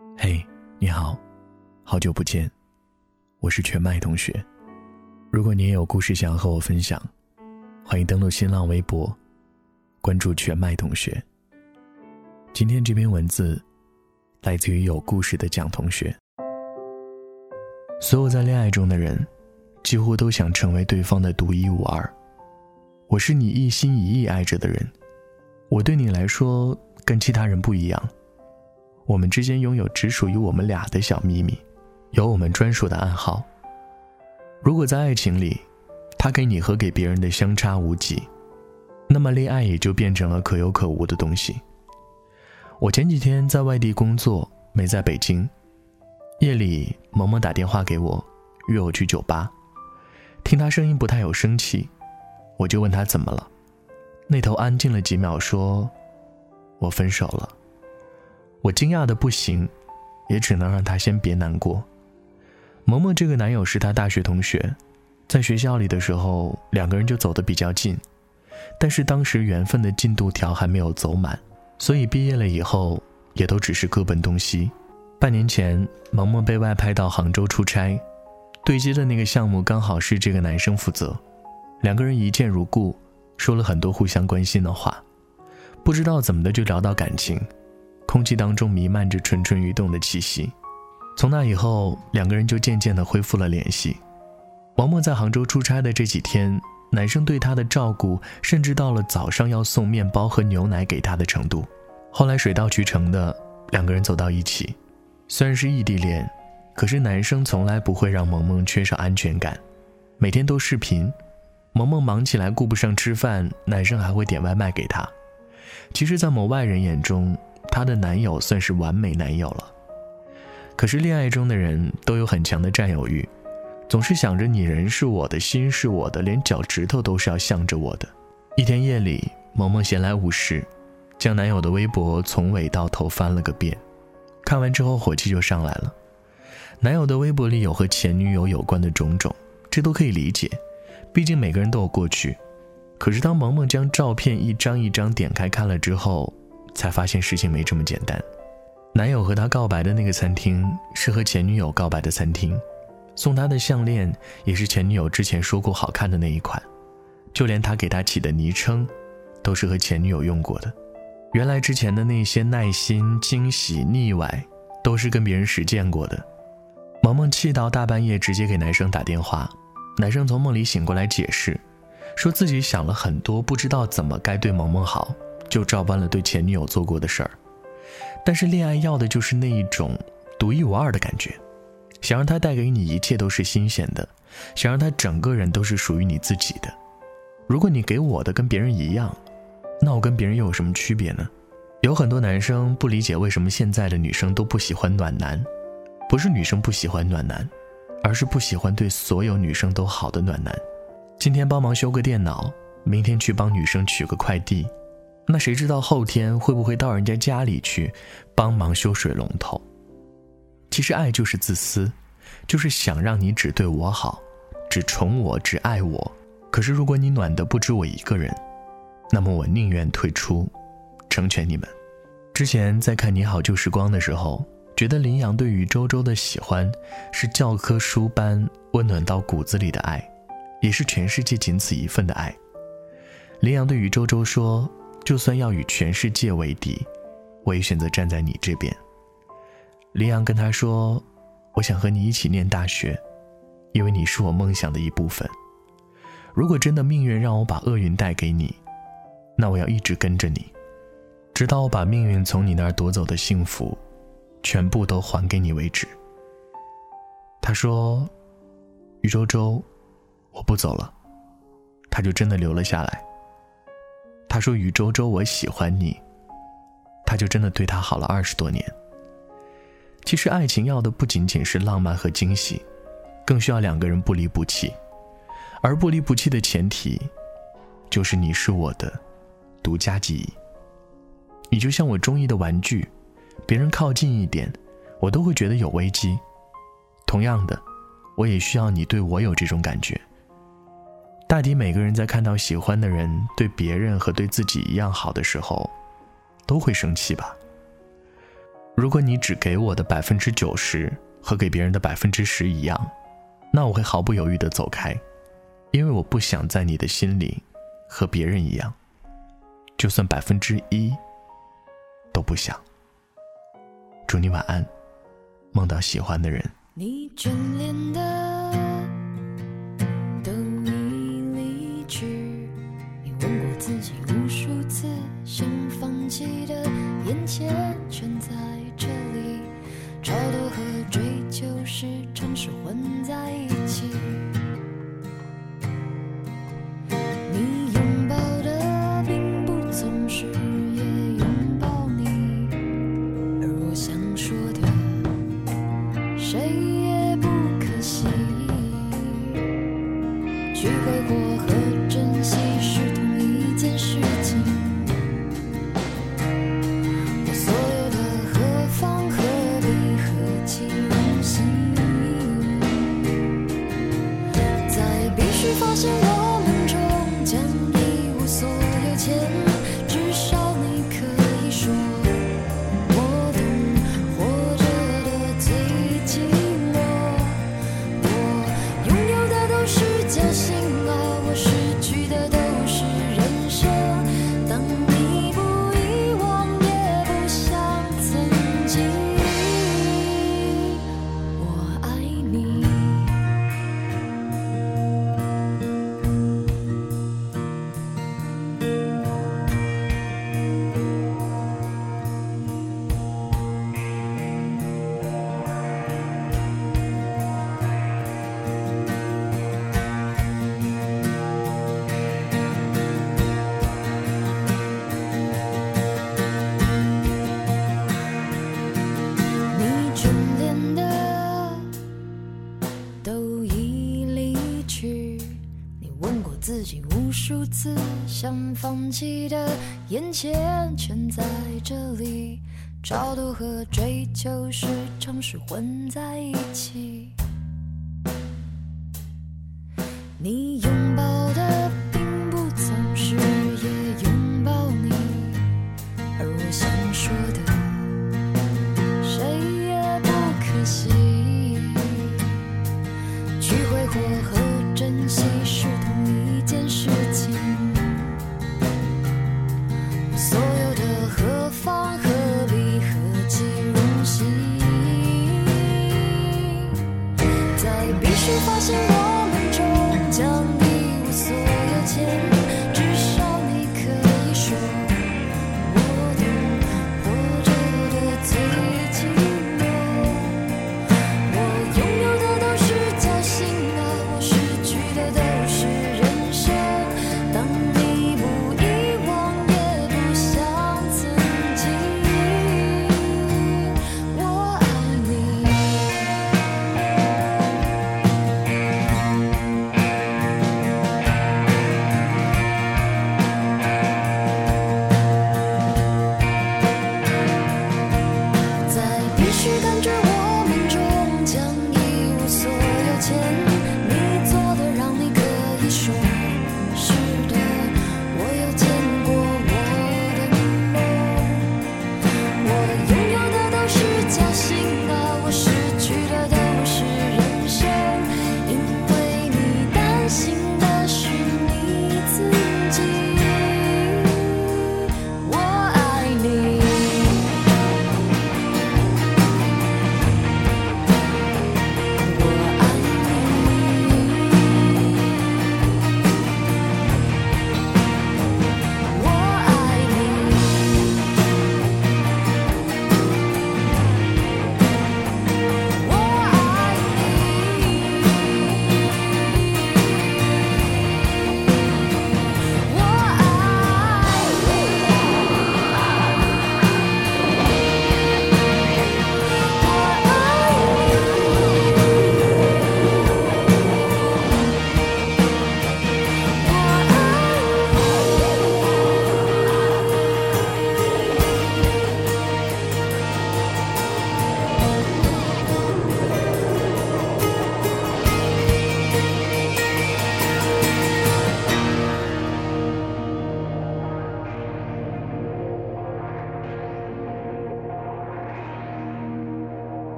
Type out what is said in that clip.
嘿，你好，好久不见，我是全麦同学。如果你也有故事想要和我分享，欢迎登录新浪微博，关注全麦同学。今天这篇文字来自于有故事的蒋同学。所有在恋爱中的人，几乎都想成为对方的独一无二。我是你一心一意爱着的人，我对你来说跟其他人不一样。我们之间拥有只属于我们俩的小秘密，有我们专属的暗号。如果在爱情里，它给你和给别人的相差无几，那么恋爱也就变成了可有可无的东西。我前几天在外地工作，没在北京。夜里，萌萌打电话给我，约我去酒吧。听她声音不太有生气，我就问她怎么了。那头安静了几秒，说：“我分手了。”我惊讶的不行，也只能让她先别难过。萌萌这个男友是她大学同学，在学校里的时候，两个人就走得比较近，但是当时缘分的进度条还没有走满，所以毕业了以后也都只是各奔东西。半年前，萌萌被外派到杭州出差，对接的那个项目刚好是这个男生负责，两个人一见如故，说了很多互相关心的话，不知道怎么的就聊到感情，空气当中弥漫着蠢蠢欲动的气息。从那以后，两个人就渐渐地恢复了联系。萌萌在杭州出差的这几天，男生对她的照顾甚至到了早上要送面包和牛奶给她的程度。后来水到渠成的，两个人走到一起。虽然是异地恋，可是男生从来不会让萌萌缺少安全感，每天都视频。萌萌忙起来顾不上吃饭，男生还会点外卖给她。其实在某外人眼中，她的男友算是完美男友了。可是恋爱中的人都有很强的占有欲，总是想着你人是我的，心是我的，连脚趾头都是要向着我的。一天夜里，萌萌闲来无事，将男友的微博从尾到头翻了个遍，看完之后火气就上来了。男友的微博里有和前女友有关的种种，这都可以理解，毕竟每个人都有过去。可是当萌萌将照片一张一张点开看了之后，才发现事情没这么简单。男友和她告白的那个餐厅是和前女友告白的餐厅，送她的项链也是前女友之前说过好看的那一款，就连他给她起的昵称都是和前女友用过的。原来之前的那些耐心、惊喜、腻歪都是跟别人实践过的。萌萌气到大半夜直接给男生打电话，男生从梦里醒过来解释，说自己想了很多，不知道怎么该对萌萌好，就照搬了对前女友做过的事儿。但是恋爱要的就是那一种独一无二的感觉，想让它带给你一切都是新鲜的，想让他整个人都是属于你自己的。如果你给我的跟别人一样，那我跟别人又有什么区别呢？有很多男生不理解为什么现在的女生都不喜欢暖男，不是女生不喜欢暖男，而是不喜欢对所有女生都好的暖男。今天帮忙修个电脑，明天去帮女生取个快递，那谁知道后天会不会到人家家里去帮忙修水龙头。其实爱就是自私，就是想让你只对我好，只宠我，只爱我。可是如果你暖得不止我一个人，那么我宁愿退出，成全你们。之前在看《你好旧时光》的时候，觉得林阳对于周周的喜欢是教科书般温暖到骨子里的爱，也是全世界仅此一份的爱。林阳对于周周说，就算要与全世界为敌，我也选择站在你这边。林阳跟他说，我想和你一起念大学，因为你是我梦想的一部分。如果真的命运让我把厄运带给你，那我要一直跟着你，直到我把命运从你那儿夺走的幸福全部都还给你为止。他说，于周周，我不走了。他就真的留了下来。他说，于周周，我喜欢你。他就真的对他好了20多年。其实爱情要的不仅仅是浪漫和惊喜，更需要两个人不离不弃。而不离不弃的前提，就是你是我的独家记忆。你就像我中意的玩具，别人靠近一点，我都会觉得有危机。同样的，我也需要你对我有这种感觉。大抵每个人在看到喜欢的人对别人和对自己一样好的时候，都会生气吧。 如果你只给我的90%和给别人的10%一样，那我会毫不犹豫地走开，因为我不想在你的心里和别人一样，就算1%都不想。祝你晚安，梦到喜欢的人。 你眷恋的都已离去，你问过自己无数次，想放弃的眼前全在这里，超脱和追求时常是混在一起。你拥抱的并不总是也拥抱你，而我想说的谁也不可惜。去挥霍和珍惜是同一件事情，我所有的何方何必何其荣幸，在必须发现我们终将一无所有前，至少你可以说我懂活着的最寂寞。我拥有的都是侥幸啊，我失去的都是人生。当你不遗忘也不像曾经，我爱你。你眷恋的都已离去，你问过自己无数次，想放弃的眼前全在这里，超脱和追求时常是混在一起。你拥抱